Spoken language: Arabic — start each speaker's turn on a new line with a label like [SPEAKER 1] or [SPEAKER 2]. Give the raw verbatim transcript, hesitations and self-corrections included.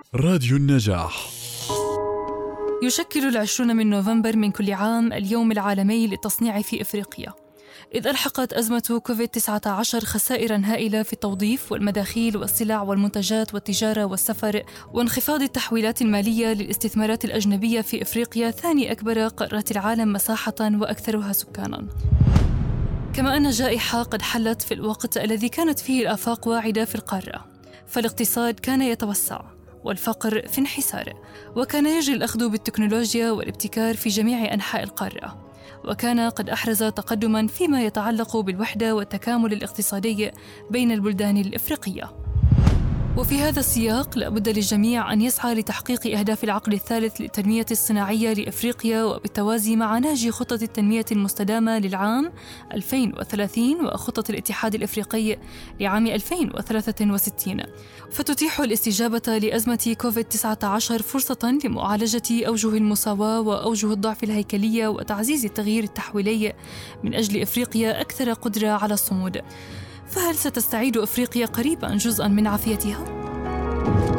[SPEAKER 1] راديو النجاح.
[SPEAKER 2] يشكل العشرون من نوفمبر من كل عام اليوم العالمي للتصنيع في إفريقيا، إذ ألحقت أزمة كوفيد تسعة عشر خسائراً هائلة في التوظيف والمداخيل والسلع والمنتجات والتجارة والسفر وانخفاض التحويلات المالية للاستثمارات الأجنبية في إفريقيا، ثاني أكبر قارات العالم مساحة وأكثرها سكاناً. كما أن الجائحة قد حلت في الوقت الذي كانت فيه الآفاق واعدة في القارة، فالاقتصاد كان يتوسع والفقر في انحسار، وكان يجري الأخذ بالتكنولوجيا والابتكار في جميع أنحاء القارة، وكان قد أحرز تقدماً فيما يتعلق بالوحدة والتكامل الاقتصادي بين البلدان الإفريقية. وفي هذا السياق لا بد للجميع أن يسعى لتحقيق أهداف العقد الثالث للتنمية الصناعية لإفريقيا، وبالتوازي مع نهج خطة التنمية المستدامة للعام ألفين وثلاثين وخطة الاتحاد الإفريقي لعام ألفين وثلاثة وستين، فتتيح الاستجابة لأزمة كوفيد تسعة عشر فرصة لمعالجة أوجه المساواة وأوجه الضعف الهيكلية وتعزيز التغيير التحويلي من أجل إفريقيا أكثر قدرة على الصمود. فهل ستستعيد أفريقيا قريباً جزءاً من عافيتها؟